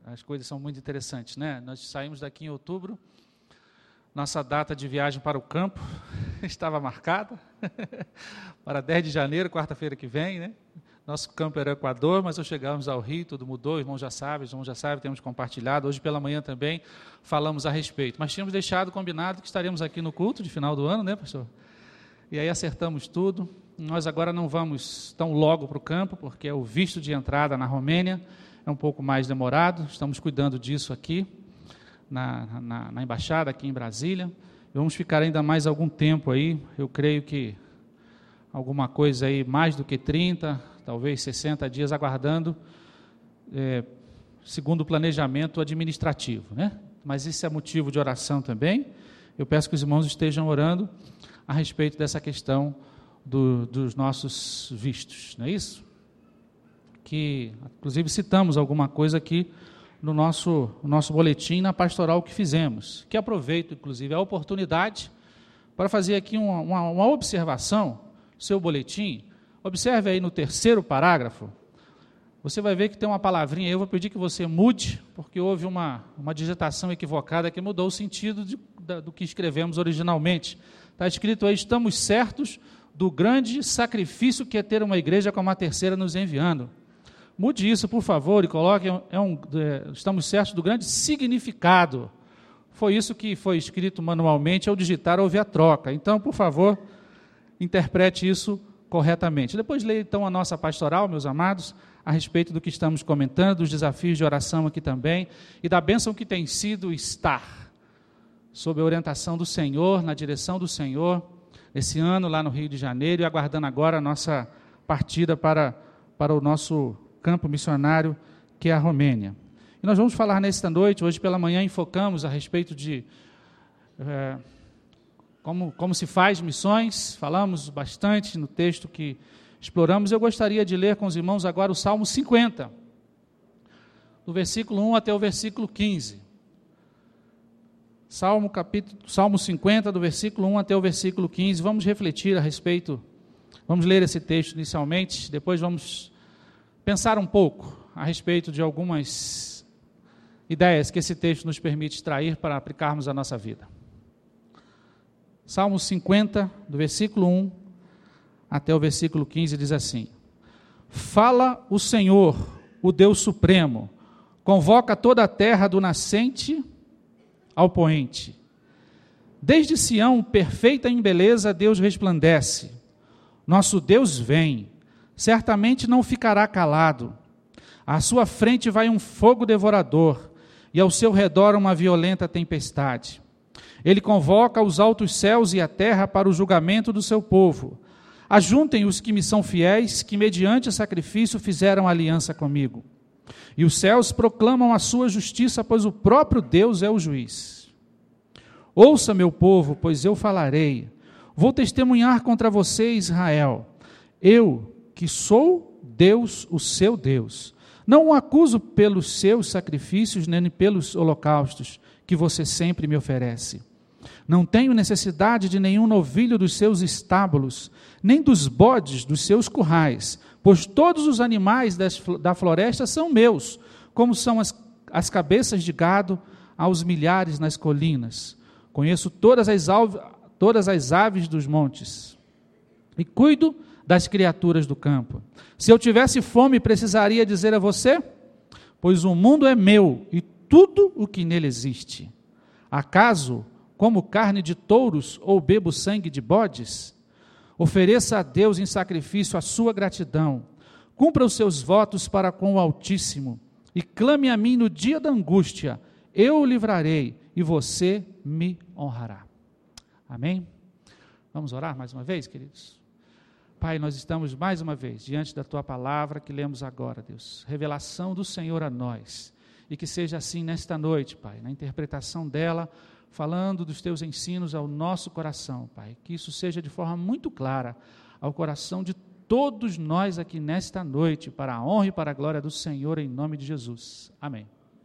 as coisas são muito interessantes, né? Nós saímos daqui em outubro, nossa data de viagem para o campo estava marcada para 10 de janeiro, quarta-feira que vem, né? Nosso campo era Equador, mas ao chegarmos ao Rio, tudo mudou, o irmão já sabe, temos compartilhado. Hoje pela manhã também falamos a respeito. Mas tínhamos deixado combinado que estaremos aqui no culto de final do ano, né, pastor? E aí acertamos tudo. Nós agora não vamos tão logo para o campo, porque é o visto de entrada na Romênia, é um pouco mais demorado. Estamos cuidando disso aqui, na embaixada, aqui em Brasília. Vamos ficar ainda mais algum tempo aí, eu creio que alguma coisa aí, mais do que 30, talvez 60 dias aguardando, segundo o planejamento administrativo, né? Mas isso é motivo de oração também. Eu peço que os irmãos estejam orando a respeito dessa questão dos nossos vistos, não é isso? Que, inclusive, citamos alguma coisa aqui no nosso boletim, na pastoral que fizemos, que aproveito, inclusive, a oportunidade para fazer aqui uma observação, seu boletim. Observe aí no 3º parágrafo, você vai ver que tem uma palavrinha aí, eu vou pedir que você mude, porque houve uma digitação equivocada que mudou o sentido do que escrevemos originalmente. Está escrito aí: estamos certos do grande sacrifício que é ter uma igreja como a Terceira nos enviando. Mude isso, por favor, e coloque, estamos certos do grande significado. Foi isso que foi escrito manualmente, ao digitar houve a troca. Então, por favor, interprete isso corretamente. Depois leia então a nossa pastoral, meus amados, a respeito do que estamos comentando, dos desafios de oração aqui também, e da bênção que tem sido estar sob a orientação do Senhor, na direção do Senhor, esse ano lá no Rio de Janeiro, e aguardando agora a nossa partida para o nosso campo missionário, que é a Romênia. E nós vamos falar nesta noite, hoje pela manhã enfocamos a respeito de como se faz missões, falamos bastante no texto que exploramos. Eu gostaria de ler com os irmãos agora o Salmo 50, do versículo 1 até o versículo 15. Salmo 50, do versículo 1 até o versículo 15, vamos refletir a respeito, vamos ler esse texto inicialmente, depois vamos pensar um pouco a respeito de algumas ideias que esse texto nos permite extrair para aplicarmos à nossa vida. Salmo 50, do versículo 1 até o versículo 15, diz assim: Fala o Senhor, o Deus Supremo, convoca toda a terra do nascente ao poente. Desde Sião, perfeita em beleza, Deus resplandece. Nosso Deus vem, certamente não ficará calado. À sua frente vai um fogo devorador, e ao seu redor uma violenta tempestade. Ele convoca os altos céus e a terra para o julgamento do seu povo. Ajuntem os que me são fiéis, que mediante sacrifício fizeram aliança comigo. E os céus proclamam a sua justiça, pois o próprio Deus é o juiz. Ouça, meu povo, pois eu falarei. Vou testemunhar contra você, Israel. Eu, que sou Deus, o seu Deus. Não o acuso pelos seus sacrifícios, nem pelos holocaustos que você sempre me oferece. Não tenho necessidade de nenhum novilho dos seus estábulos, nem dos bodes dos seus currais, pois todos os animais da floresta são meus, como são as cabeças de gado aos milhares nas colinas. Conheço todas as aves dos montes e cuido das criaturas do campo. Se eu tivesse fome, precisaria dizer a você? Pois o mundo é meu e tudo o que nele existe. Acaso como carne de touros ou bebo sangue de bodes? Ofereça a Deus em sacrifício a sua gratidão. Cumpra os seus votos para com o Altíssimo e clame a mim no dia da angústia. Eu o livrarei e você me honrará. Amém? Vamos orar mais uma vez, queridos? Pai, nós estamos mais uma vez diante da Tua palavra que lemos agora, Deus. Revelação do Senhor a nós. E que seja assim nesta noite, Pai, na interpretação dela, falando dos Teus ensinos ao nosso coração, Pai. Que isso seja de forma muito clara ao coração de todos nós aqui nesta noite, para a honra e para a glória do Senhor, em nome de Jesus. Amém.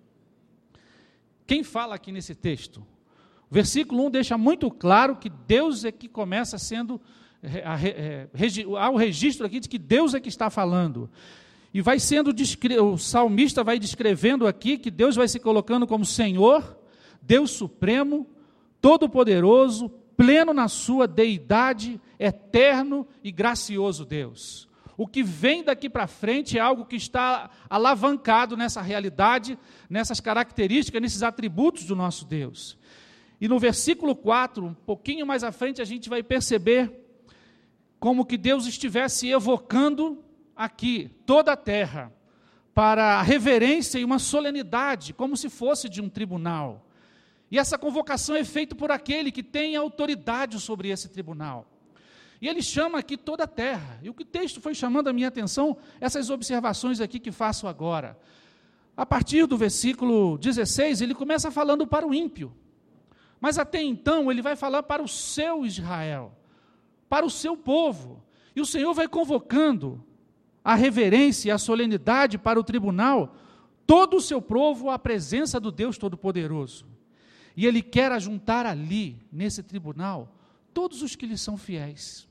Quem fala aqui nesse texto? O versículo 1 deixa muito claro que Deus é que começa sendo... há o registro aqui de que Deus é que está falando. E o salmista vai descrevendo aqui que Deus vai se colocando como Senhor, Deus supremo, todo-poderoso, pleno na sua deidade, eterno e gracioso Deus. O que vem daqui para frente é algo que está alavancado nessa realidade, nessas características, nesses atributos do nosso Deus. E no versículo 4, um pouquinho mais à frente, a gente vai perceber como que Deus estivesse evocando aqui toda a terra para a reverência e uma solenidade, como se fosse de um tribunal. E essa convocação é feita por aquele que tem autoridade sobre esse tribunal. E ele chama aqui toda a terra. E o que o texto foi chamando a minha atenção, essas observações aqui que faço agora. A partir do versículo 16, ele começa falando para o ímpio. Mas até então, ele vai falar para o seu Israel, para o seu povo. E o Senhor vai convocando a reverência e a solenidade para o tribunal, todo o seu povo à presença do Deus Todo-Poderoso. E Ele quer ajuntar ali, nesse tribunal, todos os que lhe são fiéis.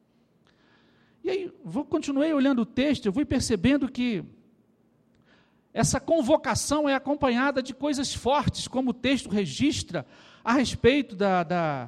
E aí, continuei olhando o texto, eu fui percebendo que essa convocação é acompanhada de coisas fortes, como o texto registra a respeito da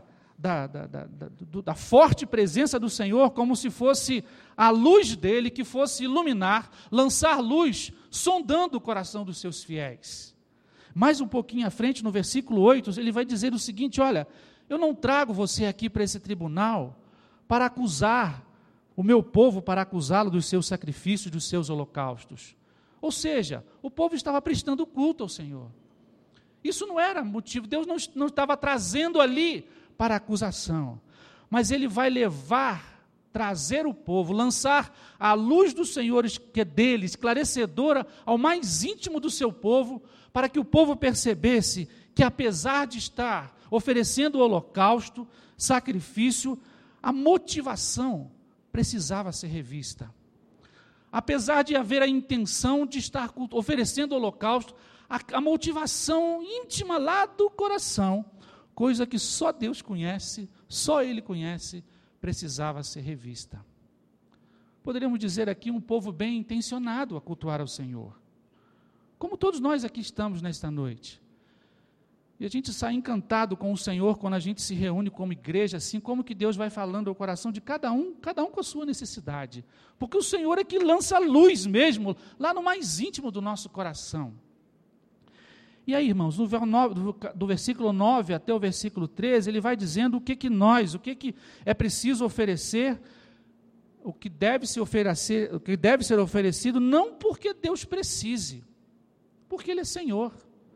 forte presença do Senhor, como se fosse a luz dele que fosse iluminar, lançar luz, sondando o coração dos seus fiéis. Mais um pouquinho à frente, no versículo 8, ele vai dizer o seguinte: olha, eu não trago você aqui para esse tribunal para acusar o meu povo, para acusá-lo dos seus sacrifícios, dos seus holocaustos. Ou seja, o povo estava prestando culto ao Senhor. Isso não era motivo, Deus não estava trazendo ali para acusação, mas Ele vai trazer o povo, lançar a luz do Senhor, que é dele, esclarecedora ao mais íntimo do seu povo, para que o povo percebesse que apesar de estar oferecendo o holocausto, sacrifício, a motivação precisava ser revista. Apesar de haver a intenção de estar oferecendo o holocausto, a motivação íntima lá do coração, coisa que só Deus conhece, só Ele conhece, precisava ser revista. Poderíamos dizer aqui um povo bem intencionado a cultuar ao Senhor, como todos nós aqui estamos nesta noite. E a gente sai encantado com o Senhor quando a gente se reúne como igreja, assim como que Deus vai falando ao coração de cada um com a sua necessidade. Porque o Senhor é que lança a luz mesmo, lá no mais íntimo do nosso coração. E aí, irmãos, do versículo 9 até o versículo 13, ele vai dizendo o que é preciso oferecer, o que deve ser oferecido, não porque Deus precise, porque Ele é Senhor.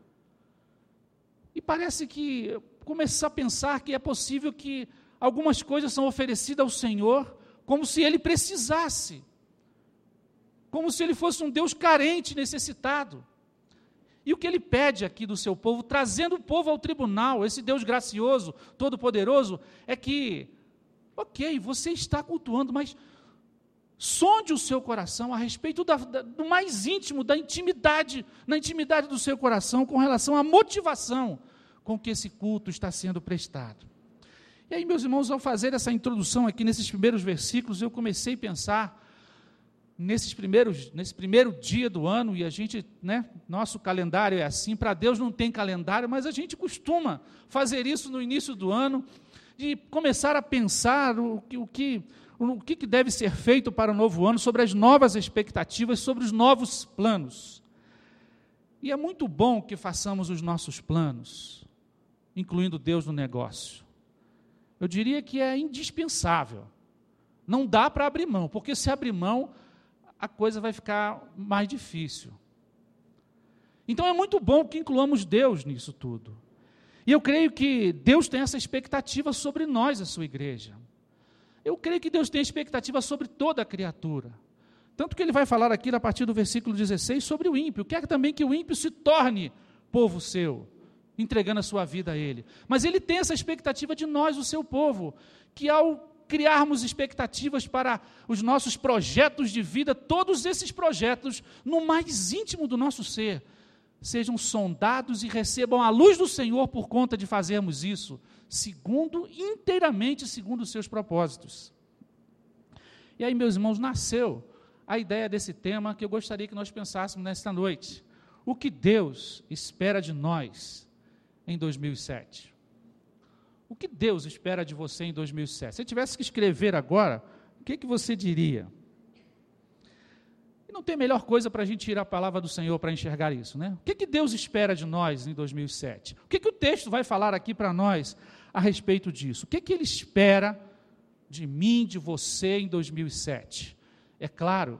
E parece que começar a pensar que é possível que algumas coisas são oferecidas ao Senhor como se Ele precisasse, como se Ele fosse um Deus carente, necessitado. E o que Ele pede aqui do seu povo, trazendo o povo ao tribunal, esse Deus gracioso, todo-poderoso, é que, ok, você está cultuando, mas sonde o seu coração a respeito do mais íntimo, da intimidade, na intimidade do seu coração, com relação à motivação com que esse culto está sendo prestado. E aí, meus irmãos, ao fazer essa introdução aqui nesses primeiros versículos, eu comecei a pensar nesse primeiro dia do ano, e a gente, nosso calendário é assim, para Deus não tem calendário, mas a gente costuma fazer isso no início do ano, de começar a pensar o que deve ser feito para o novo ano, sobre as novas expectativas, sobre os novos planos. E é muito bom que façamos os nossos planos, incluindo Deus no negócio. Eu diria que é indispensável. Não dá para abrir mão, porque se abrir mão, a coisa vai ficar mais difícil. Então é muito bom que incluamos Deus nisso tudo. E eu creio que Deus tem essa expectativa sobre nós, a sua igreja. Eu creio que Deus tem expectativa sobre toda a criatura. Tanto que Ele vai falar aqui, a partir do versículo 16, sobre o ímpio. Quer também que o ímpio se torne povo seu, entregando a sua vida a Ele. Mas Ele tem essa expectativa de nós, o seu povo, que ao criarmos expectativas para os nossos projetos de vida, todos esses projetos, no mais íntimo do nosso ser, sejam sondados e recebam a luz do Senhor por conta de fazermos isso, inteiramente segundo os seus propósitos. E aí, meus irmãos, nasceu a ideia desse tema que eu gostaria que nós pensássemos nesta noite. O que Deus espera de nós em 2007? O que Deus espera de você em 2007? Se você tivesse que escrever agora, o que você diria? E não tem melhor coisa para a gente tirar a palavra do Senhor para enxergar isso, né? O que Deus espera de nós em 2007? O que o texto vai falar aqui para nós a respeito disso? O que Ele espera de mim, de você em 2007? É claro,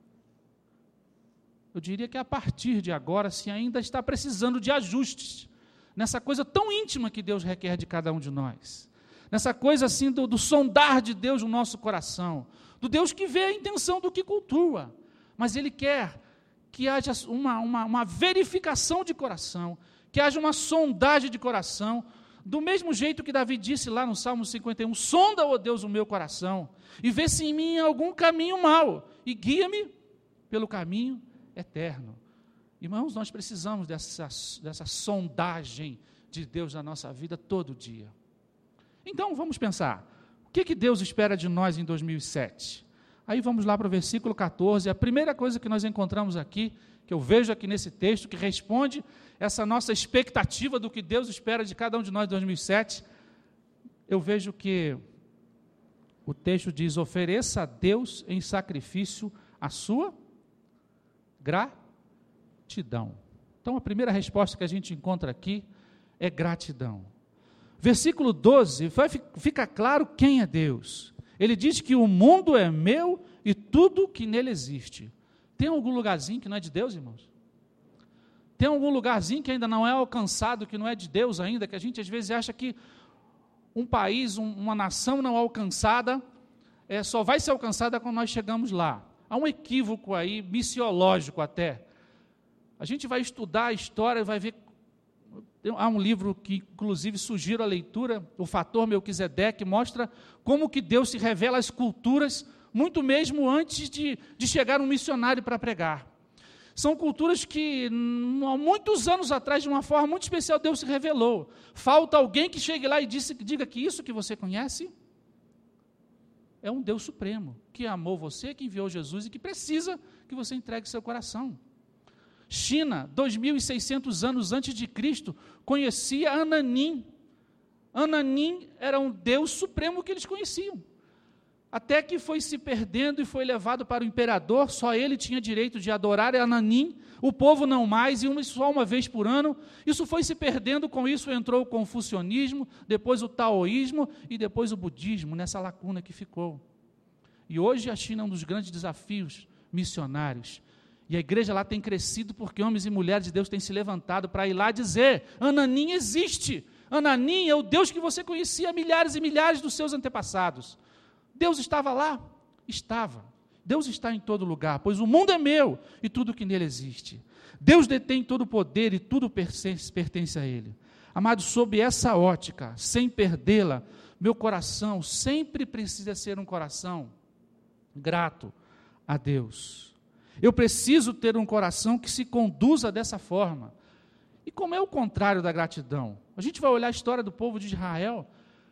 eu diria que a partir de agora, se ainda está precisando de ajustes, nessa coisa tão íntima que Deus requer de cada um de nós, nessa coisa assim do sondar de Deus no nosso coração, do Deus que vê a intenção do que cultua, mas Ele quer que haja uma verificação de coração, que haja uma sondagem de coração, do mesmo jeito que Davi disse lá no Salmo 51, sonda, ó Deus, o meu coração, e vê se em mim há algum caminho mau, e guia-me pelo caminho eterno. Irmãos, nós precisamos dessa sondagem de Deus na nossa vida todo dia. Então, vamos pensar, o que Deus espera de nós em 2007? Aí vamos lá para o versículo 14, a primeira coisa que nós encontramos aqui, que eu vejo aqui nesse texto, que responde essa nossa expectativa do que Deus espera de cada um de nós em 2007, eu vejo que o texto diz, ofereça a Deus em sacrifício a sua gratidão. Então, a primeira resposta que a gente encontra aqui é gratidão. Versículo 12, fica claro quem é Deus. Ele diz que o mundo é meu e tudo que nele existe. Tem algum lugarzinho que não é de Deus, irmãos? Tem algum lugarzinho que ainda não é alcançado, que não é de Deus ainda, que a gente às vezes acha que um país, uma nação não alcançada, só vai ser alcançada quando nós chegamos lá. Há um equívoco aí, missiológico até. A gente vai estudar a história e vai ver, há um livro que inclusive sugiro a leitura, o Fator Melquisedeque, mostra como que Deus se revela às culturas, muito mesmo antes de chegar um missionário para pregar. São culturas que, há muitos anos atrás, de uma forma muito especial, Deus se revelou. Falta alguém que chegue lá e diga que isso que você conhece é um Deus supremo, que amou você, que enviou Jesus e que precisa que você entregue seu coração. China, 2.600 anos antes de Cristo, conhecia Ananim. Ananim era um Deus supremo que eles conheciam. Até que foi se perdendo e foi levado para o imperador, só ele tinha direito de adorar Ananim, o povo não mais, e só uma vez por ano. Isso foi se perdendo, com isso entrou o confucionismo, depois o taoísmo e depois o budismo, nessa lacuna que ficou. E hoje a China é um dos grandes desafios missionários. E a igreja lá tem crescido porque homens e mulheres de Deus têm se levantado para ir lá dizer, Ananim existe, Ananim é o Deus que você conhecia há milhares e milhares dos seus antepassados. Deus estava lá? Estava. Deus está em todo lugar, pois o mundo é meu e tudo que nele existe. Deus detém todo o poder e tudo pertence a Ele. Amados, sob essa ótica, sem perdê-la, meu coração sempre precisa ser um coração grato a Deus. Eu preciso ter um coração que se conduza dessa forma. E como é o contrário da gratidão? A gente vai olhar a história do povo de Israel,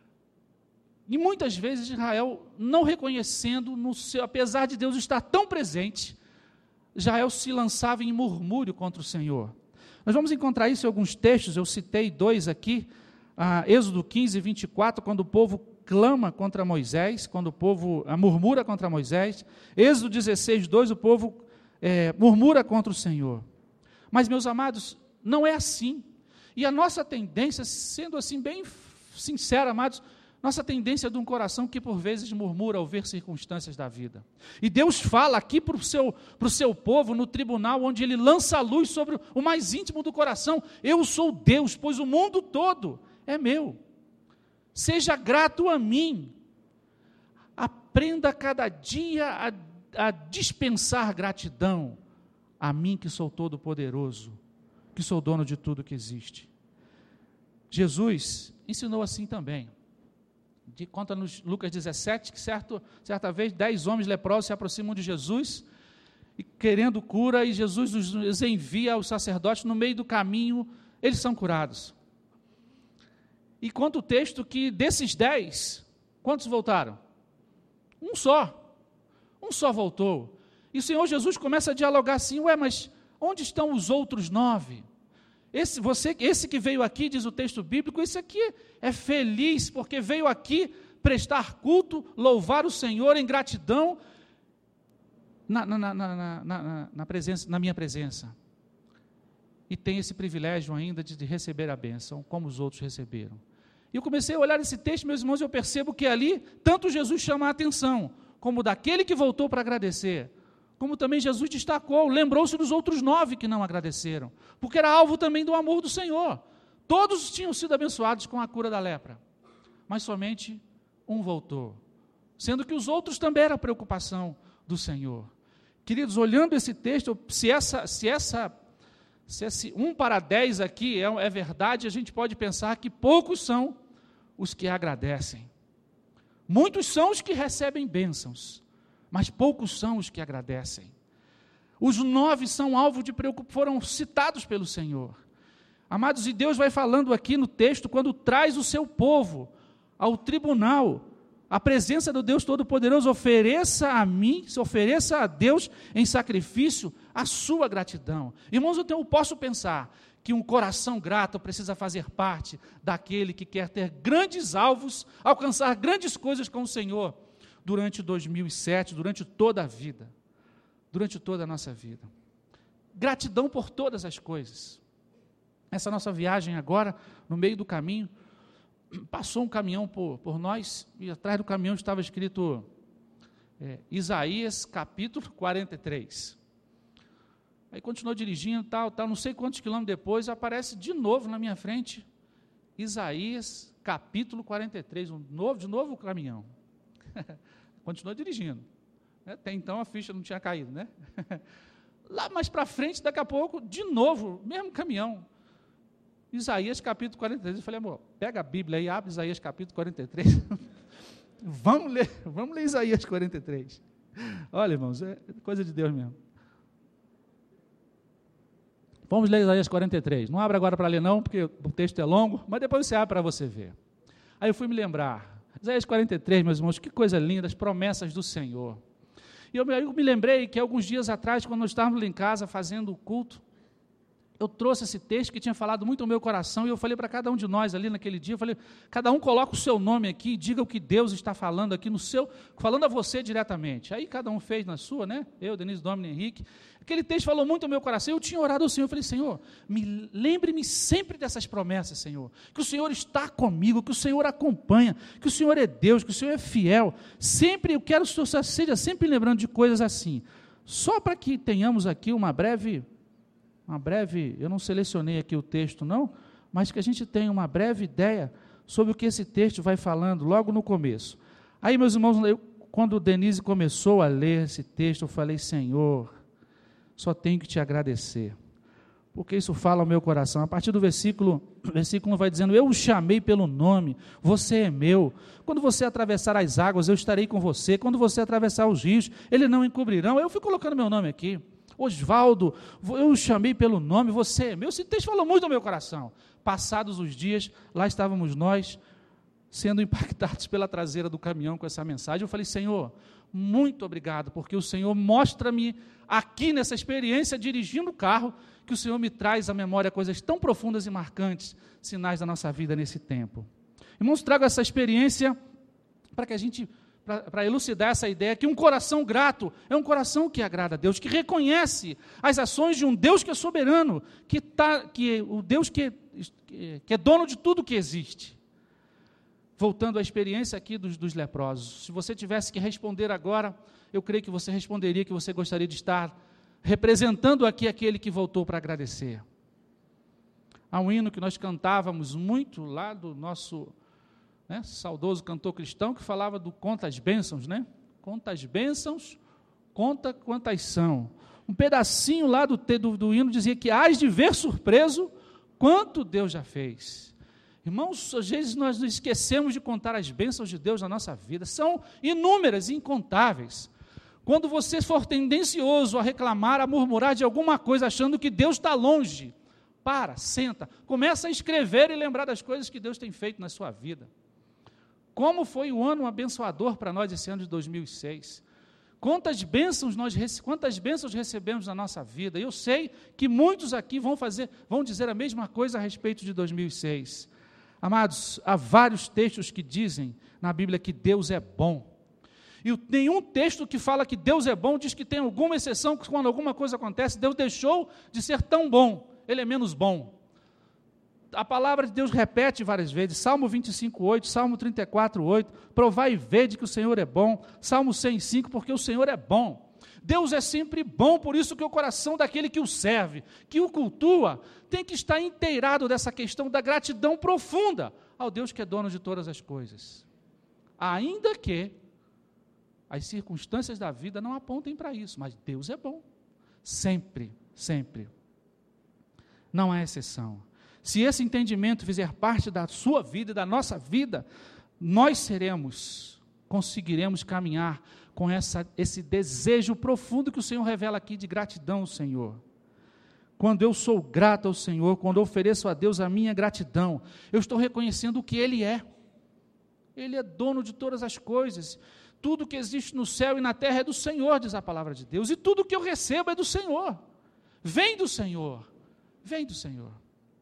e muitas vezes Israel não reconhecendo, apesar de Deus estar tão presente, Israel se lançava em murmúrio contra o Senhor. Nós vamos encontrar isso em alguns textos, eu citei 2 aqui, Êxodo 15, 24, quando o povo clama contra Moisés, quando o povo murmura contra Moisés. Êxodo 16, 2, o povo murmura contra o Senhor. Mas, meus amados, não é assim. E a nossa tendência, sendo assim bem sincera, amados, nossa tendência é de um coração que por vezes murmura ao ver circunstâncias da vida. E Deus fala aqui para o seu povo no tribunal, onde Ele lança a luz sobre o mais íntimo do coração. Eu sou Deus, pois o mundo todo é meu. Seja grato a mim. Aprenda cada dia a dispensar gratidão a mim que sou todo poderoso, que sou dono de tudo que existe. Jesus ensinou assim também. Conta-nos Lucas 17, que certa vez 10 homens leprosos se aproximam de Jesus, e querendo cura, e Jesus os envia aos sacerdotes, no meio do caminho, eles são curados. E conta o texto que desses 10, quantos voltaram? Um só voltou. E o Senhor Jesus começa a dialogar assim, mas onde estão os outros 9? Esse que veio aqui, diz o texto bíblico, esse aqui é feliz, porque veio aqui prestar culto, louvar o Senhor em gratidão na minha presença. E tem esse privilégio ainda de receber a bênção, como os outros receberam. E eu comecei a olhar esse texto, meus irmãos, e eu percebo que ali, tanto Jesus chama a atenção, como daquele que voltou para agradecer, como também Jesus destacou, lembrou-se dos outros 9 que não agradeceram, porque era alvo também do amor do Senhor. Todos tinham sido abençoados com a cura da lepra, mas somente um voltou, sendo que os outros também eram preocupação do Senhor. Queridos, olhando esse texto, se esse 1 para 10 aqui é verdade, a gente pode pensar que poucos são os que agradecem. Muitos são os que recebem bênçãos, mas poucos são os que agradecem. Os 9 são alvo de preocupação, foram citados pelo Senhor. Amados, e Deus vai falando aqui no texto, quando traz o seu povo ao tribunal, a presença do Deus Todo-Poderoso, ofereça a mim, se ofereça a Deus em sacrifício a sua gratidão. Irmãos, eu posso pensar que um coração grato precisa fazer parte daquele que quer ter grandes alvos, alcançar grandes coisas com o Senhor durante 2007, durante toda a vida, durante toda a nossa vida. Gratidão por todas as coisas. Essa nossa viagem agora, no meio do caminho, passou um caminhão por nós, e atrás do caminhão estava escrito Isaías capítulo 43. Aí continuou dirigindo, tal, não sei quantos quilômetros depois, aparece de novo na minha frente, Isaías capítulo 43, de novo o caminhão. Continuou dirigindo. Até então a ficha não tinha caído, né? Lá mais para frente, daqui a pouco, de novo, mesmo caminhão. Isaías capítulo 43, eu falei, amor, pega a Bíblia aí, abre Isaías capítulo 43, vamos ler Isaías 43, olha irmãos, é coisa de Deus mesmo. Vamos ler Isaías 43, não abre agora para ler não, porque o texto é longo, mas depois você abre para você ver. Aí eu fui me lembrar, Isaías 43, meus irmãos, que coisa linda, as promessas do Senhor. E eu me lembrei que alguns dias atrás, quando nós estávamos lá em casa fazendo o culto, eu trouxe esse texto que tinha falado muito ao meu coração, e eu falei para cada um de nós ali naquele dia, eu falei, cada um coloca o seu nome aqui, e diga o que Deus está falando aqui falando a você diretamente. Aí cada um fez na sua, né? Eu, Denise, Domini, Henrique. Aquele texto falou muito ao meu coração, eu tinha orado ao Senhor, eu falei, Senhor, lembre-me sempre dessas promessas, Senhor, que o Senhor está comigo, que o Senhor acompanha, que o Senhor é Deus, que o Senhor é fiel. Sempre, eu quero que o Senhor seja sempre lembrando de coisas assim. Só para que tenhamos aqui uma breve, eu não selecionei aqui o texto não, mas que a gente tenha uma breve ideia sobre o que esse texto vai falando logo no começo. Aí, meus irmãos, quando Denise começou a ler esse texto, eu falei, Senhor, só tenho que te agradecer, porque isso fala ao meu coração. A partir do versículo vai dizendo, eu o chamei pelo nome, você é meu, quando você atravessar as águas, eu estarei com você, quando você atravessar os rios, eles não encobrirão. Eu fui colocando meu nome aqui, Osvaldo, eu o chamei pelo nome, você é meu. Esse texto falou muito ao meu coração. Passados os dias, lá estávamos nós, sendo impactados pela traseira do caminhão com essa mensagem. Eu falei, Senhor, muito obrigado, porque o Senhor mostra-me aqui nessa experiência, dirigindo o carro, que o Senhor me traz à memória coisas tão profundas e marcantes, sinais da nossa vida nesse tempo. Irmãos, trago essa experiência para que a gente, para elucidar essa ideia, que um coração grato é um coração que agrada a Deus, que reconhece as ações de um Deus que é soberano, o Deus que é dono de tudo que existe. Voltando à experiência aqui dos leprosos, se você tivesse que responder agora, eu creio que você responderia que você gostaria de estar representando aqui aquele que voltou para agradecer. Há um hino que nós cantávamos muito lá do nosso saudoso cantor cristão, que falava do conta as bênçãos, né? Conta as bênçãos, conta quantas são. Um pedacinho lá do hino dizia que hás de ver surpreso quanto Deus já fez. Irmãos, às vezes nós nos esquecemos de contar as bênçãos de Deus na nossa vida, são inúmeras e incontáveis. Quando você for tendencioso a reclamar, a murmurar de alguma coisa, achando que Deus está longe, senta, começa a escrever e lembrar das coisas que Deus tem feito na sua vida. Como foi um ano abençoador para nós esse ano de 2006. Quantas bênçãos recebemos na nossa vida? Eu sei que muitos aqui vão dizer a mesma coisa a respeito de 2006. Amados, há vários textos que dizem na Bíblia que Deus é bom. E nenhum texto que fala que Deus é bom diz que tem alguma exceção, que quando alguma coisa acontece, Deus deixou de ser tão bom, Ele é menos bom. A palavra de Deus repete várias vezes, Salmo 25:8, Salmo 34:8, provai e vede que o Senhor é bom, Salmo 105, porque o Senhor é bom. Deus é sempre bom, por isso que o coração daquele que o serve, que o cultua, tem que estar inteirado dessa questão da gratidão profunda ao Deus que é dono de todas as coisas. Ainda que as circunstâncias da vida não apontem para isso, mas Deus é bom, sempre, sempre. Não há exceção. Se esse entendimento fizer parte da sua vida e da nossa vida, nós conseguiremos caminhar com esse desejo profundo que o Senhor revela aqui de gratidão ao Senhor. Quando eu sou grato ao Senhor, quando eu ofereço a Deus a minha gratidão, eu estou reconhecendo o que Ele é. Ele é dono de todas as coisas. Tudo que existe no céu e na terra é do Senhor, diz a palavra de Deus, e tudo que eu recebo é do Senhor. Vem do Senhor. Vem do Senhor.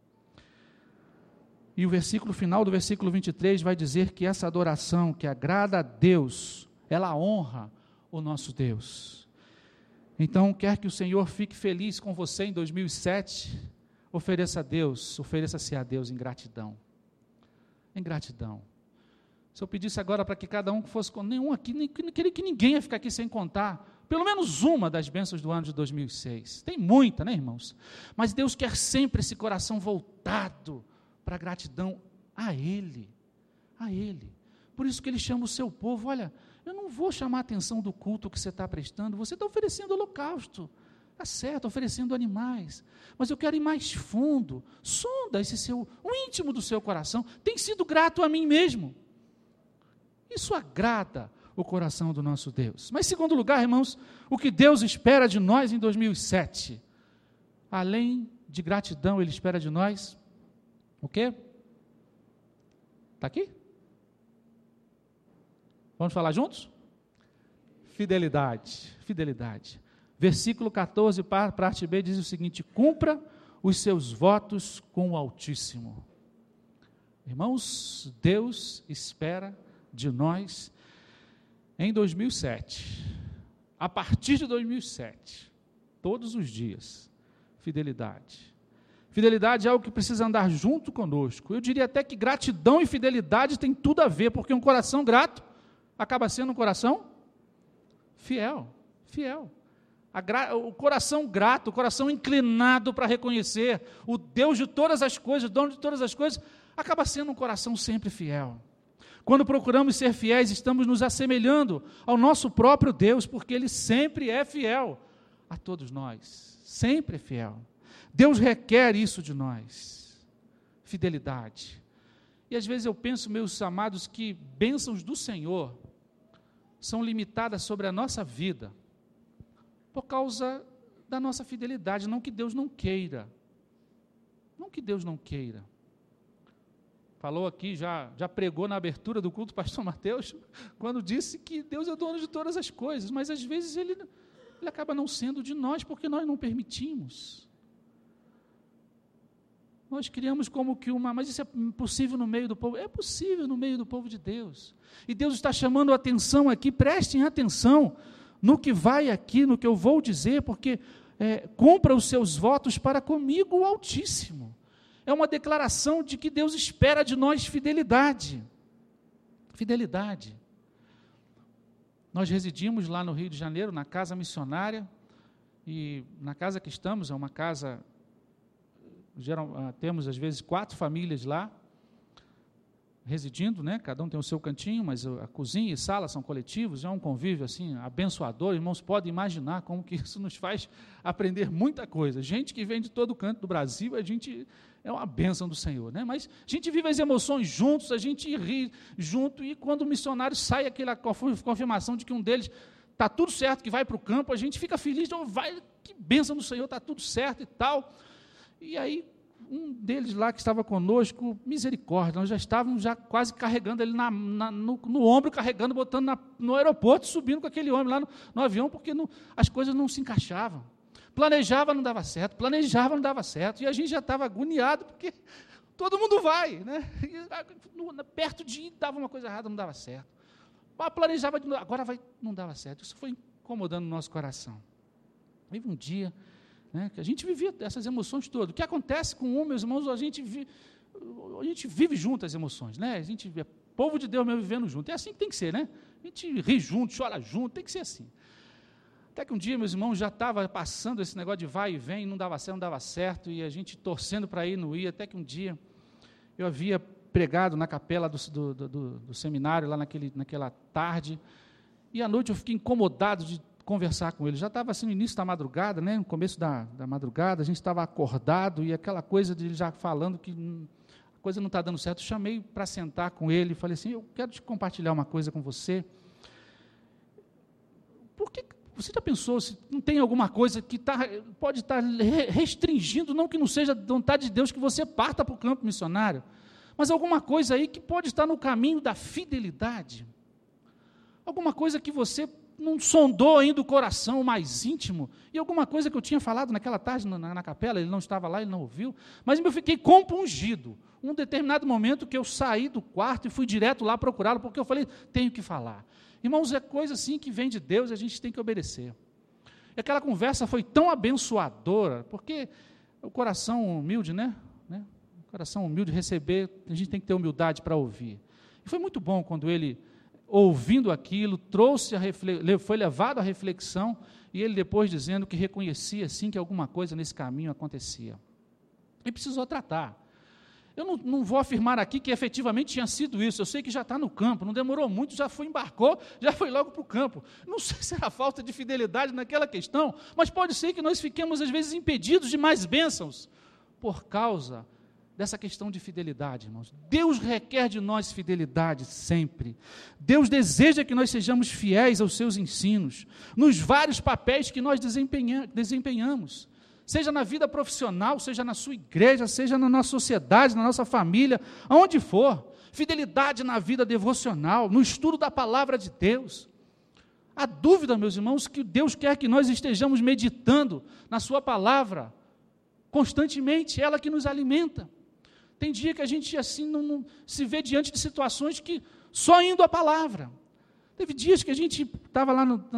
E o versículo final do versículo 23 vai dizer que essa adoração que agrada a Deus, ela honra o nosso Deus. Então, quer que o Senhor fique feliz com você em 2007, ofereça-se a Deus em gratidão. Em gratidão. Se eu pedisse agora para que cada um fosse com nenhum aqui, nem queria que ninguém ia ficar aqui sem contar, pelo menos uma das bênçãos do ano de 2006. Tem muita, né, irmãos? Mas Deus quer sempre esse coração voltado para a gratidão a Ele, a Ele. Por isso que Ele chama o seu povo, olha, eu não vou chamar a atenção do culto que você está prestando, você está oferecendo holocausto, está certo, oferecendo animais, mas eu quero ir mais fundo, sonda o íntimo do seu coração, tem sido grato a mim mesmo. Isso agrada o coração do nosso Deus. Mas, em segundo lugar, irmãos, o que Deus espera de nós em 2007, além de gratidão, Ele espera de nós o quê? Está aqui? Vamos falar juntos? Fidelidade, fidelidade. Versículo 14, parte B, diz o seguinte: cumpra os seus votos com o Altíssimo. Irmãos, Deus espera de nós em 2007, a partir de 2007, todos os dias, fidelidade. Fidelidade é algo que precisa andar junto conosco. Eu diria até que gratidão e fidelidade tem tudo a ver, porque um coração grato acaba sendo um coração fiel, fiel. O coração grato, o coração inclinado para reconhecer o Deus de todas as coisas, o dono de todas as coisas, acaba sendo um coração sempre fiel. Quando procuramos ser fiéis, estamos nos assemelhando ao nosso próprio Deus, porque Ele sempre é fiel a todos nós, sempre é fiel. Deus requer isso de nós, fidelidade. E às vezes eu penso, meus amados, que bênçãos do Senhor são limitadas sobre a nossa vida, por causa da nossa fidelidade, não que Deus não queira, não que Deus não queira. Falou aqui, já pregou na abertura do culto, pastor Mateus, quando disse que Deus é dono de todas as coisas, mas às vezes Ele acaba não sendo de nós, porque nós não permitimos. Nós criamos como que mas isso é possível no meio do povo? É possível no meio do povo de Deus. E Deus está chamando a atenção aqui, prestem atenção no que vai aqui, no que eu vou dizer, porque cumpra os seus votos para comigo o Altíssimo. É uma declaração de que Deus espera de nós fidelidade. Fidelidade. Nós residimos lá no Rio de Janeiro, na casa missionária, e na casa que estamos, é uma casa, temos às vezes 4 famílias lá, residindo, né? Cada um tem o seu cantinho, mas a cozinha e sala são coletivos, é um convívio assim, abençoador. Irmãos, podem imaginar como que isso nos faz aprender muita coisa. Gente que vem de todo canto do Brasil, a gente é uma bênção do Senhor, né? Mas a gente vive as emoções juntos, a gente ri junto, e quando o missionário sai aquela confirmação de que um deles está tudo certo, que vai para o campo, a gente fica feliz, então vai, que bênção do Senhor, está tudo certo e tal. E aí um deles lá que estava conosco, misericórdia, nós já estávamos quase carregando ele no ombro, carregando, botando no aeroporto, subindo com aquele homem lá no avião, porque as coisas não se encaixavam. Planejava, não dava certo, e a gente já estava agoniado, porque todo mundo vai, né? E, perto de ir, dava uma coisa errada, não dava certo. Planejava, agora vai, não dava certo. Isso foi incomodando o nosso coração. Teve um dia, né, que a gente vivia essas emoções todas. O que acontece com meus irmãos, a gente vive junto as emoções, né? A gente é povo de Deus mesmo vivendo junto. É assim que tem que ser, né? A gente ri junto, chora junto, tem que ser assim. Até que um dia, meus irmãos, já estava passando esse negócio de vai e vem, não dava certo, e a gente torcendo para ir, não ia, até que um dia eu havia pregado na capela do seminário, lá naquela tarde, e à noite eu fiquei incomodado de conversar com ele. Já estava assim no início da madrugada, né, no começo da madrugada, a gente estava acordado, e aquela coisa de ele já falando que a coisa não está dando certo. Eu chamei para sentar com ele e falei assim: eu quero te compartilhar uma coisa com você. Por que você já pensou se não tem alguma coisa que pode estar restringindo, não que não seja vontade de Deus que você parta para o campo missionário, mas alguma coisa aí que pode estar no caminho da fidelidade? Alguma coisa que você não sondou ainda o coração mais íntimo, e alguma coisa que eu tinha falado naquela tarde na capela, ele não estava lá, ele não ouviu, mas eu fiquei compungido. Um determinado momento que eu saí do quarto e fui direto lá procurá-lo, porque eu falei, tenho que falar. Irmãos, é coisa assim que vem de Deus, a gente tem que obedecer. E aquela conversa foi tão abençoadora, porque o coração humilde, né? O coração humilde receber, a gente tem que ter humildade para ouvir. E foi muito bom quando ele, ouvindo aquilo, foi levado à reflexão, e ele depois dizendo que reconhecia sim que alguma coisa nesse caminho acontecia. E precisou tratar. Eu não vou afirmar aqui que efetivamente tinha sido isso, eu sei que já está no campo, não demorou muito, embarcou, já foi logo para o campo. Não sei se era falta de fidelidade naquela questão, mas pode ser que nós fiquemos às vezes impedidos de mais bênçãos, por causa dessa questão de fidelidade, irmãos. Deus requer de nós fidelidade sempre. Deus deseja que nós sejamos fiéis aos seus ensinos, nos vários papéis que nós desempenhamos. Seja na vida profissional, seja na sua igreja, seja na nossa sociedade, na nossa família, aonde for. Fidelidade na vida devocional, no estudo da palavra de Deus. A dúvida, meus irmãos, que Deus quer que nós estejamos meditando na sua palavra, constantemente, ela que nos alimenta. Tem dia que a gente assim não se vê diante de situações que só indo à palavra. Teve dias que a gente estava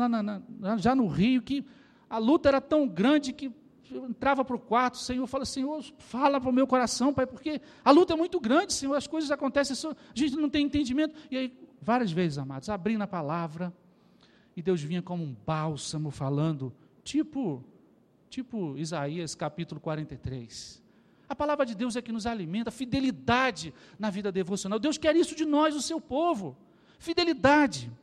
lá já no Rio, que a luta era tão grande que eu entrava para o quarto, o Senhor fala, Senhor, fala para o meu coração, Pai, porque a luta é muito grande, Senhor, as coisas acontecem, a gente não tem entendimento. E aí, várias vezes, amados, abrindo a palavra, e Deus vinha como um bálsamo falando, tipo Isaías capítulo 43. A palavra de Deus é que nos alimenta, fidelidade na vida devocional. Deus quer isso de nós, o seu povo. Fidelidade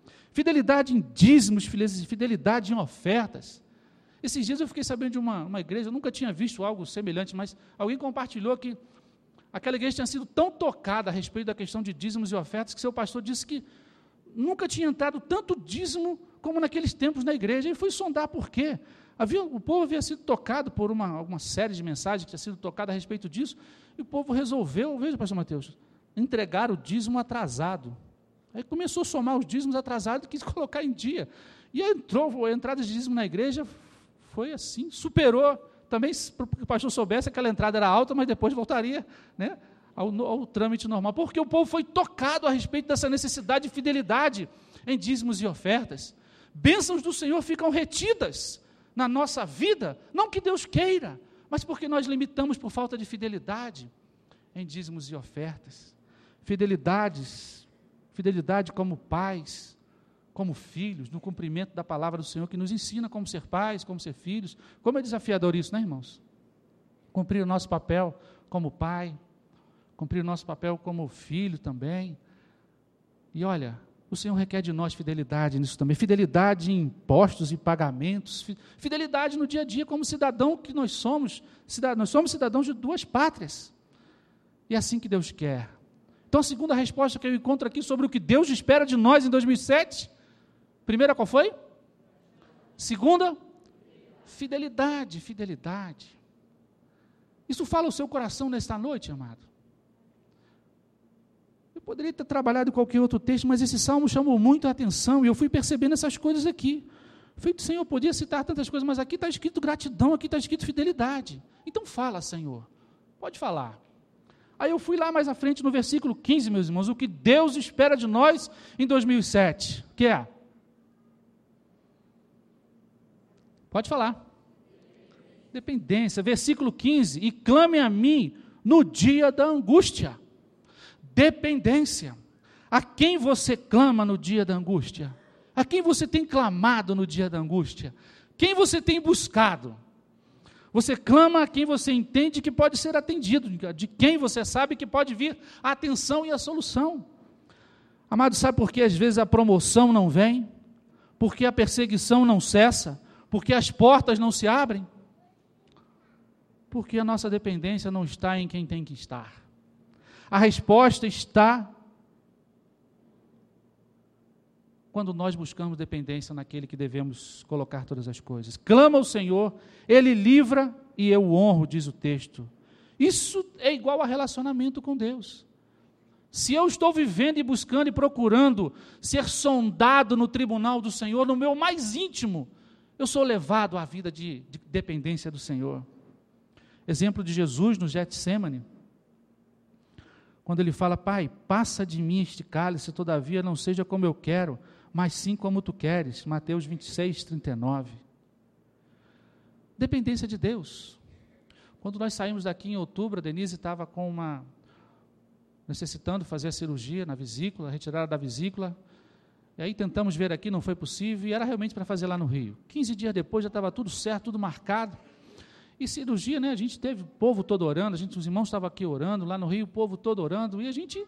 em dízimos, fidelidade em ofertas. Esses dias eu fiquei sabendo de uma igreja, eu nunca tinha visto algo semelhante, mas alguém compartilhou que aquela igreja tinha sido tão tocada a respeito da questão de dízimos e ofertas, que seu pastor disse que nunca tinha entrado tanto dízimo como naqueles tempos na igreja, e foi sondar por quê. O povo havia sido tocado por uma série de mensagens que tinha sido tocada a respeito disso, e o povo resolveu, veja, pastor Mateus, entregar o dízimo atrasado. Aí começou a somar os dízimos atrasados e quis colocar em dia. E a entrada de dízimo na igreja foi assim, superou, também, para que o pastor soubesse, aquela entrada era alta, mas depois voltaria, né, ao trâmite normal, porque o povo foi tocado a respeito dessa necessidade de fidelidade em dízimos e ofertas. Bênçãos do Senhor ficam retidas na nossa vida, não que Deus queira, mas porque nós limitamos por falta de fidelidade em dízimos e ofertas. Fidelidade como pais, como filhos, no cumprimento da palavra do Senhor, que nos ensina como ser pais, como ser filhos. Como é desafiador isso, né, irmãos? Cumprir o nosso papel como pai, cumprir o nosso papel como filho também. E olha, o Senhor requer de nós fidelidade nisso também, fidelidade em impostos e pagamentos, fidelidade no dia a dia como cidadão que nós somos cidadãos de duas pátrias. E é assim que Deus quer. Então, a segunda resposta que eu encontro aqui sobre o que Deus espera de nós em 2007, primeira qual foi? Segunda, fidelidade. Isso fala ao seu coração nesta noite, amado? Eu poderia ter trabalhado em qualquer outro texto, mas esse salmo chamou muito a atenção, e eu fui percebendo essas coisas aqui. Feito, Senhor, eu podia citar tantas coisas, mas aqui está escrito gratidão, aqui está escrito fidelidade. Então fala, Senhor, pode falar. Aí eu fui lá mais à frente no versículo 15, meus irmãos, o que Deus espera de nós em 2007, que é? Pode falar. Dependência, versículo 15, e clame a mim no dia da angústia. Dependência. A quem você clama no dia da angústia? A quem você tem clamado no dia da angústia? Quem você tem buscado? Você clama a quem você entende que pode ser atendido, de quem você sabe que pode vir a atenção e a solução. Amado, sabe por que às vezes a promoção não vem? Porque a perseguição não cessa? Porque as portas não se abrem? Porque a nossa dependência não está em quem tem que estar. A resposta está quando nós buscamos dependência naquele que devemos colocar todas as coisas. Clama ao Senhor, Ele livra e eu o honro, diz o texto. Isso é igual a relacionamento com Deus. Se eu estou vivendo e buscando e procurando ser sondado no tribunal do Senhor, no meu mais íntimo, eu sou levado à vida de dependência do Senhor. Exemplo de Jesus no Getsêmani, quando ele fala, Pai, passa de mim este cálice, todavia não seja como eu quero, mas sim como tu queres. Mateus 26, 39. Dependência de Deus. Quando nós saímos daqui em outubro, a Denise estava necessitando fazer a cirurgia na vesícula, a retirada da vesícula, e aí tentamos ver aqui, não foi possível, e era realmente para fazer lá no Rio. 15 dias depois já estava tudo certo, tudo marcado. E cirurgia, né, a gente teve o povo todo orando, os irmãos estavam aqui orando, lá no Rio o povo todo orando, e a gente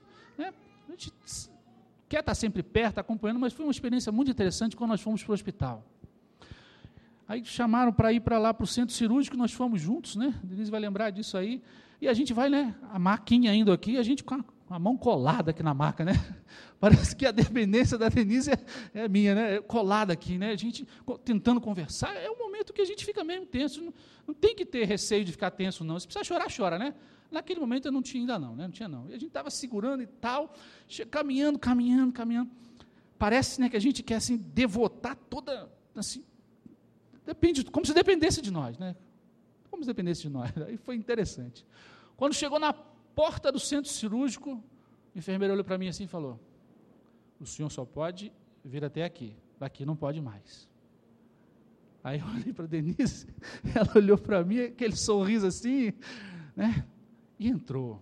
quer estar sempre perto, acompanhando, mas foi uma experiência muito interessante quando nós fomos para o hospital. Aí chamaram para ir para lá, para o centro cirúrgico, nós fomos juntos, né, a Denise vai lembrar disso aí, e a gente vai, né, a maquinha indo aqui, a gente com a mão colada aqui na maca, né, parece que a dependência da Denise é minha, né, colada aqui, né, a gente tentando conversar, é um momento que a gente fica mesmo tenso, não tem que ter receio de ficar tenso não, se precisar chorar, chora, né, naquele momento eu não tinha ainda não, né, não tinha não, e a gente estava segurando e tal, caminhando, parece, né, que a gente quer, assim, devotar toda, assim, depende, como se dependesse de nós, né, como se dependesse de nós, aí foi interessante. Quando chegou na porta do centro cirúrgico, o enfermeiro olhou para mim assim e falou, o senhor só pode vir até aqui, daqui não pode mais. Aí eu olhei para a Denise, ela olhou para mim, aquele sorriso assim, né, e entrou.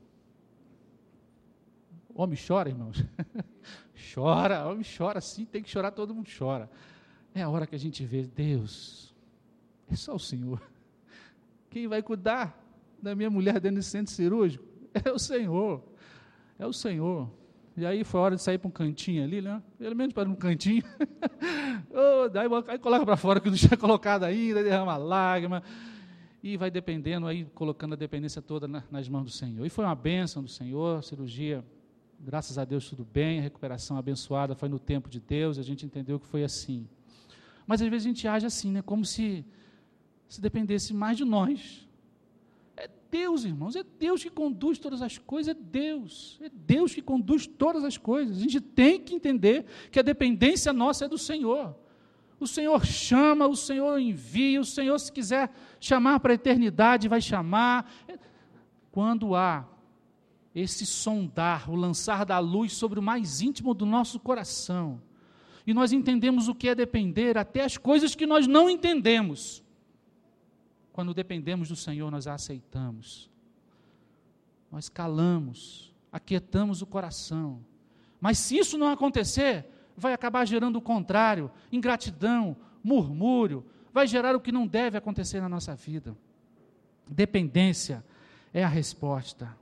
Homem chora, irmãos, chora, homem chora sim, tem que chorar, todo mundo chora. É a hora que a gente vê, Deus, é só o Senhor, quem vai cuidar da minha mulher dentro desse centro cirúrgico? É o Senhor, é o Senhor. E aí foi a hora de sair para um cantinho ali, né? Pelo menos para um cantinho. Aí coloca para fora, que não tinha colocado ainda, derrama lágrima, e vai dependendo, aí colocando a dependência toda nas mãos do Senhor. E foi uma bênção do Senhor, a cirurgia, graças a Deus tudo bem, a recuperação abençoada, foi no tempo de Deus, a gente entendeu que foi assim. Mas às vezes a gente age assim, né? Como se dependesse mais de nós. É Deus, irmãos, é Deus que conduz todas as coisas, é Deus que conduz todas as coisas. A gente tem que entender que a dependência nossa é do Senhor. O Senhor chama, o Senhor envia, o Senhor, se quiser chamar para a eternidade, vai chamar. Quando há esse sondar, o lançar da luz sobre o mais íntimo do nosso coração, e nós entendemos o que é depender, até as coisas que nós não entendemos, quando dependemos do Senhor, nós a aceitamos, nós calamos, aquietamos o coração. Mas se isso não acontecer, vai acabar gerando o contrário, ingratidão, murmúrio, vai gerar o que não deve acontecer na nossa vida. Dependência é a resposta.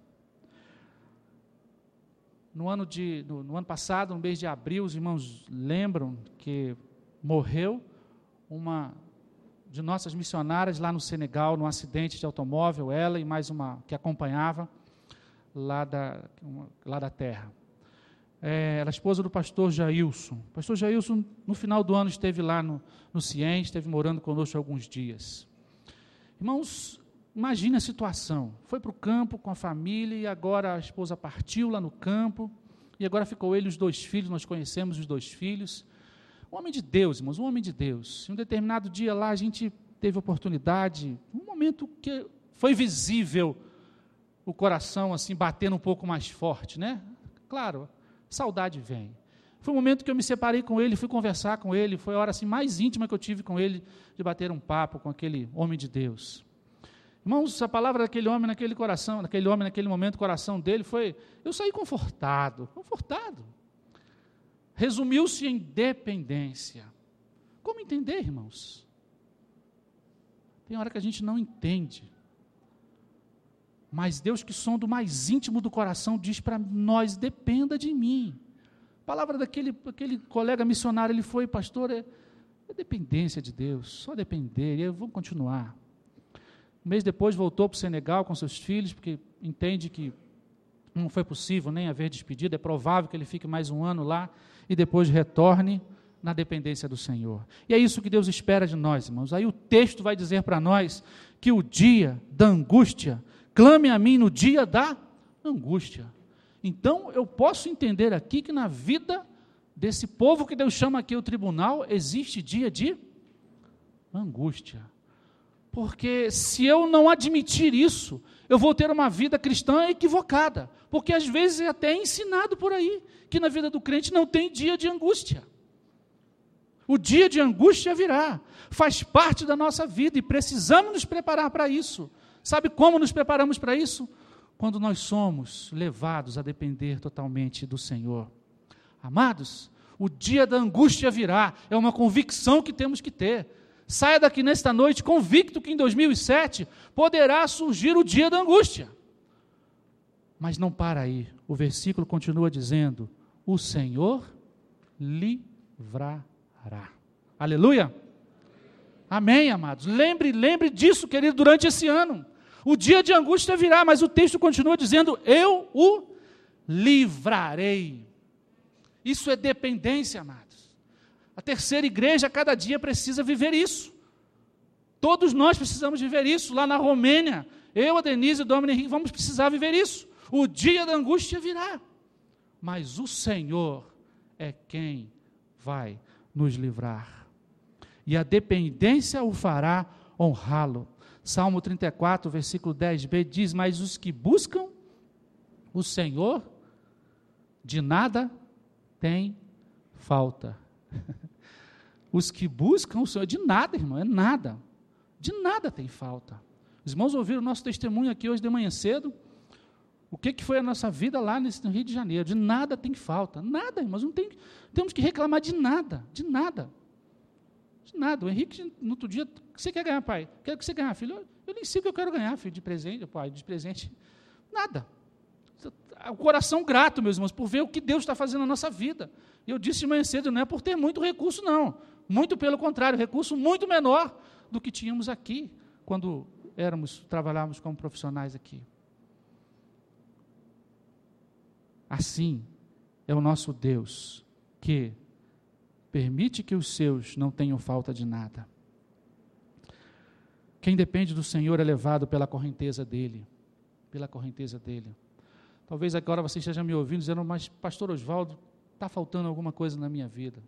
No ano passado, no mês de abril, os irmãos lembram que morreu uma de nossas missionárias lá no Senegal, num acidente de automóvel, ela e mais uma que acompanhava lá da terra. Ela é esposa do pastor Jailson. O pastor Jailson, no final do ano, esteve lá no CIEM, esteve morando conosco alguns dias. Irmãos, imagine a situação, foi para o campo com a família, e agora a esposa partiu lá no campo, e agora ficou ele e os 2 filhos, nós conhecemos os 2 filhos, um homem de Deus, irmãos, um homem de Deus. Em um determinado dia lá, a gente teve oportunidade, um momento que foi visível o coração assim, batendo um pouco mais forte, né? Claro, saudade vem. Foi um momento que eu me separei com ele, fui conversar com ele, foi a hora assim, mais íntima que eu tive com ele, de bater um papo com aquele homem de Deus. Irmãos, a palavra daquele homem naquele momento, o coração dele foi, eu saí confortado. Resumiu-se em dependência. Como entender, irmãos? Tem hora que a gente não entende. Mas Deus, que sonda o mais íntimo do coração, diz para nós, dependa de mim. A palavra daquele colega missionário, ele foi, pastor, é dependência de Deus, só depender, e eu vou continuar. Um mês depois voltou para o Senegal com seus filhos, porque entende que não foi possível nem haver despedida, é provável que ele fique mais um ano lá, e depois retorne na dependência do Senhor. E é isso que Deus espera de nós, irmãos. Aí o texto vai dizer para nós que o dia da angústia, clame a mim no dia da angústia. Então, eu posso entender aqui que na vida desse povo que Deus chama aqui o tribunal, existe dia de angústia. Porque se eu não admitir isso, eu vou ter uma vida cristã equivocada. Porque às vezes é até ensinado por aí, que na vida do crente não tem dia de angústia. O dia de angústia virá, faz parte da nossa vida e precisamos nos preparar para isso. Sabe como nos preparamos para isso? Quando nós somos levados a depender totalmente do Senhor. Amados, o dia da angústia virá, é uma convicção que temos que ter. Saia daqui nesta noite convicto que em 2007 poderá surgir o dia da angústia. Mas não para aí, o versículo continua dizendo, o Senhor livrará. Aleluia! Amém, amados? Lembre disso, querido, durante esse ano. O dia de angústia virá, mas o texto continua dizendo, eu o livrarei. Isso é dependência, amados. A terceira igreja, a cada dia, precisa viver isso. Todos nós precisamos viver isso. Lá na Romênia, eu, a Denise e o Dominic Henrique, vamos precisar viver isso. O dia da angústia virá. Mas o Senhor é quem vai nos livrar. E a dependência o fará honrá-lo. Salmo 34, versículo 10b diz, mas os que buscam o Senhor, de nada têm falta. Os que buscam o Senhor, de nada, irmão, é nada. De nada tem falta. Os irmãos ouviram o nosso testemunho aqui hoje de manhã cedo. O que foi a nossa vida lá no Rio de Janeiro? De nada tem falta. Nada, irmãos, temos que reclamar de nada, de nada. De nada. O Henrique, no outro dia, o que você quer ganhar, pai? Quero que você ganhe, filho. Eu nem sei o que eu quero ganhar, filho, de presente, pai, de presente. Nada. O coração grato, meus irmãos, por ver o que Deus está fazendo na nossa vida. E eu disse de manhã cedo, não é por ter muito recurso, não. Muito pelo contrário, recurso muito menor do que tínhamos aqui, quando trabalhávamos como profissionais aqui. Assim é o nosso Deus, que permite que os seus não tenham falta de nada. Quem depende do Senhor é levado pela correnteza dEle. Pela correnteza dEle. Talvez agora você esteja me ouvindo dizendo, mas pastor Oswaldo, está faltando alguma coisa na minha vida.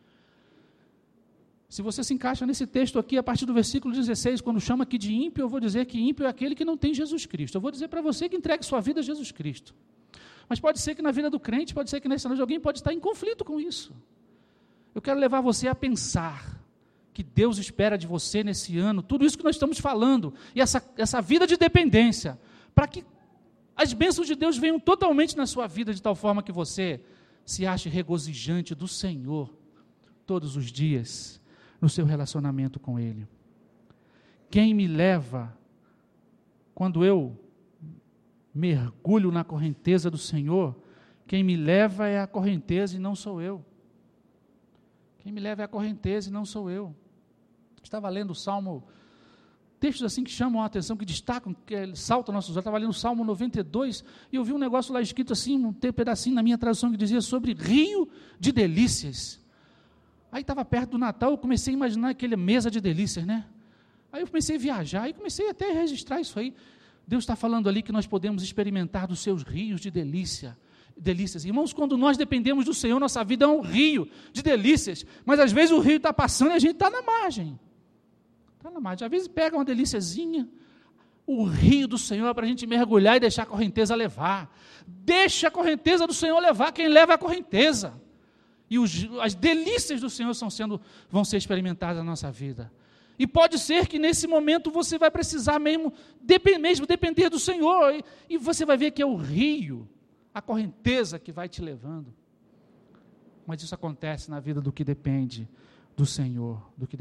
Se você se encaixa nesse texto aqui, a partir do versículo 16, quando chama aqui de ímpio, eu vou dizer que ímpio é aquele que não tem Jesus Cristo. Eu vou dizer para você que entregue sua vida a Jesus Cristo. Mas pode ser que na vida do crente, pode ser que nessa noite alguém pode estar em conflito com isso. Eu quero levar você a pensar que Deus espera de você nesse ano, tudo isso que nós estamos falando, e essa vida de dependência, para que as bênçãos de Deus venham totalmente na sua vida, de tal forma que você se ache regozijante do Senhor, todos os dias, no seu relacionamento com Ele. Quem me leva, quando eu mergulho na correnteza do Senhor, quem me leva é a correnteza e não sou eu. Quem me leva é a correnteza e não sou eu. Estava lendo o Salmo, textos assim que chamam a atenção, que destacam, que saltam nossos olhos. Estava lendo o Salmo 92 e eu vi um negócio lá escrito assim, um pedacinho na minha tradução que dizia sobre rio de delícias. Aí estava perto do Natal, eu comecei a imaginar aquela mesa de delícias, né? Aí eu comecei a viajar e comecei até a registrar isso aí. Deus está falando ali que nós podemos experimentar dos seus rios de delícias. Irmãos, quando nós dependemos do Senhor, nossa vida é um rio de delícias, mas às vezes o rio está passando e a gente está na margem. Está na margem. Às vezes pega uma delíciazinha, o rio do Senhor é para a gente mergulhar e deixar a correnteza levar. Deixa a correnteza do Senhor levar, quem leva é a correnteza. E as delícias do Senhor vão ser experimentadas na nossa vida. E pode ser que nesse momento você vai precisar mesmo depender do Senhor, e você vai ver que é o rio, a correnteza que vai te levando. Mas isso acontece na vida do que depende do Senhor,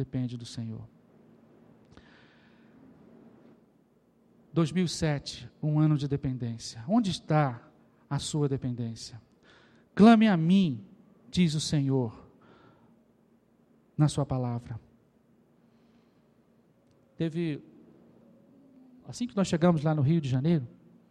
2007, um ano de dependência. Onde está a sua dependência? Clame a mim, diz o Senhor, na sua palavra. Assim que nós chegamos lá no Rio de Janeiro,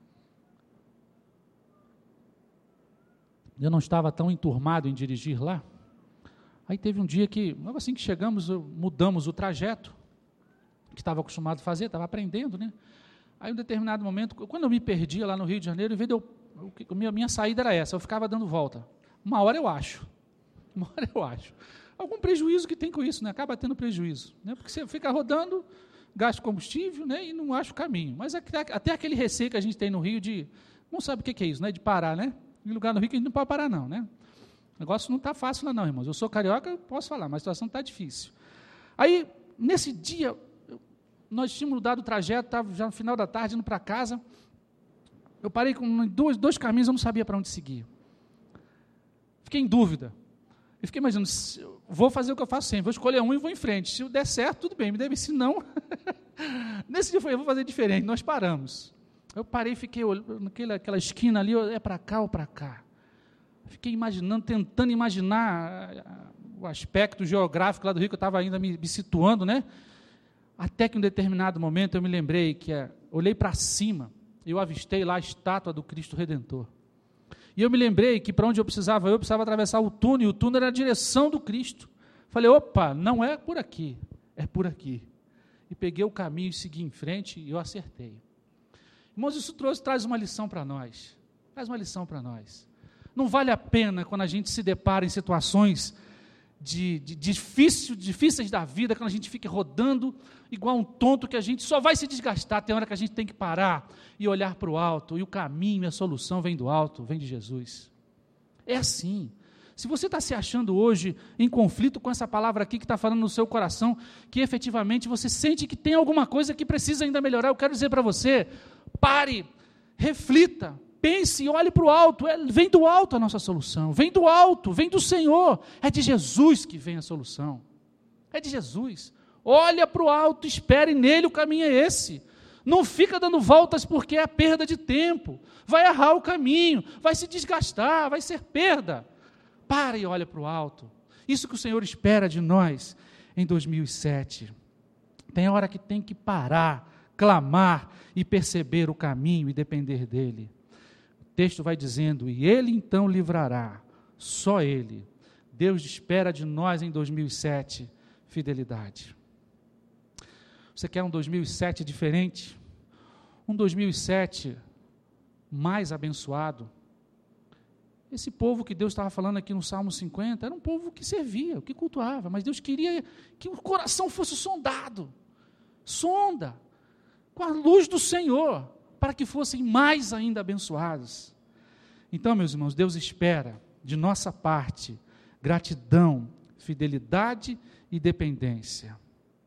eu não estava tão enturmado em dirigir lá. Aí teve um dia que, logo assim que chegamos, mudamos o trajeto, que estava acostumado a fazer, estava aprendendo, né? Aí, em um determinado momento, quando eu me perdia lá no Rio de Janeiro, em vez de a minha saída era essa, eu ficava dando volta. Uma hora eu acho. Algum prejuízo que tem com isso, né? Acaba tendo prejuízo, né? Porque você fica rodando, gasta combustível, né? E não acha o caminho. Mas até aquele receio que a gente tem no Rio de, não sabe o que é isso, né? De parar, né? Em lugar no Rio que a gente não pode parar não, né? O negócio não está fácil lá não, irmãos. Eu sou carioca, eu posso falar, mas a situação está difícil. Aí, nesse dia, nós tínhamos mudado o trajeto, estava já no final da tarde, indo para casa. Eu parei com dois caminhos, eu não sabia para onde seguir. Fiquei em dúvida. Eu fiquei imaginando, vou fazer o que eu faço sempre, vou escolher um e vou em frente. Se der certo, tudo bem, se não, nesse dia eu vou fazer diferente. Nós paramos. Eu parei e fiquei olhando naquela esquina ali, é para cá ou para cá? Fiquei imaginando, tentando imaginar o aspecto geográfico lá do Rio, que eu estava ainda me situando, né? Até que em um determinado momento eu me lembrei que olhei para cima, eu avistei lá a estátua do Cristo Redentor. E eu me lembrei que para onde eu precisava atravessar o túnel, e o túnel era a direção do Cristo. Falei, opa, não é por aqui, é por aqui. E peguei o caminho e segui em frente, e eu acertei. Irmãos, isso traz uma lição para nós. Não vale a pena, quando a gente se depara em situações difíceis da vida, quando a gente fica rodando igual um tonto, que a gente só vai se desgastar. Tem hora que a gente tem que parar e olhar para o alto, e o caminho e a solução vem do alto, vem de Jesus. É assim. Se você está se achando hoje em conflito com essa palavra aqui que está falando no seu coração, que efetivamente você sente que tem alguma coisa que precisa ainda melhorar, eu quero dizer para você, pare, reflita, pense e olhe para o alto. Vem do alto a nossa solução, vem do alto, vem do Senhor, é de Jesus que vem a solução, é de Jesus. Olha para o alto, espere nele, o caminho é esse. Não fica dando voltas porque é perda de tempo, vai errar o caminho, vai se desgastar, vai ser perda. Para e olha para o alto. Isso que o Senhor espera de nós em 2007. Tem hora que tem que parar, clamar e perceber o caminho e depender dele. O texto vai dizendo, e ele então livrará, só ele. Deus espera de nós em 2007 fidelidade. Você quer um 2007 diferente? Um 2007 mais abençoado? Esse povo que Deus estava falando aqui no Salmo 50, era um povo que servia, que cultuava, mas Deus queria que o coração fosse sondado. Sonda, com a luz do Senhor, para que fossem mais ainda abençoados. Então, meus irmãos, Deus espera de nossa parte gratidão, fidelidade e dependência.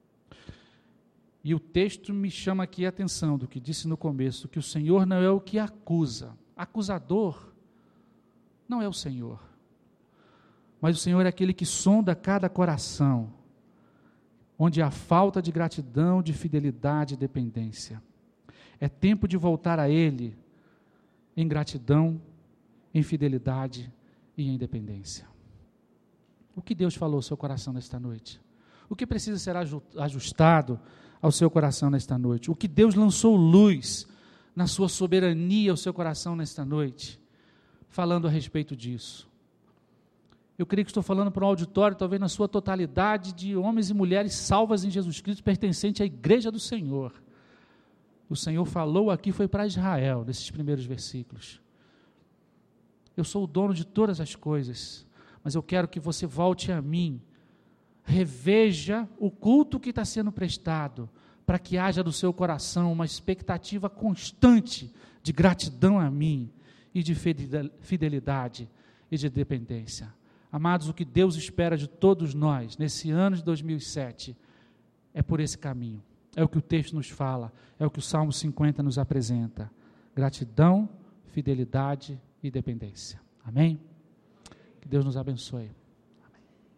E o texto me chama aqui a atenção do que disse no começo, que o Senhor não é o que acusa. Acusador não é o Senhor, mas o Senhor é aquele que sonda cada coração, onde há falta de gratidão, de fidelidade e dependência. É tempo de voltar a Ele em gratidão, em fidelidade e em dependência. O que Deus falou ao seu coração nesta noite? O que precisa ser ajustado ao seu coração nesta noite? O que Deus lançou luz na sua soberania ao seu coração nesta noite, falando a respeito disso? Eu creio que estou falando para um auditório, talvez na sua totalidade, de homens e mulheres salvas em Jesus Cristo, pertencentes à igreja do Senhor. O Senhor falou aqui, foi para Israel, nesses primeiros versículos. Eu sou o dono de todas as coisas, mas eu quero que você volte a mim, reveja o culto que está sendo prestado, para que haja do seu coração uma expectativa constante de gratidão a mim, e de fidelidade e de dependência. Amados, o que Deus espera de todos nós, nesse ano de 2007, é por esse caminho. É o que o texto nos fala, é o que o Salmo 50 nos apresenta. Gratidão, fidelidade e dependência. Amém? Que Deus nos abençoe.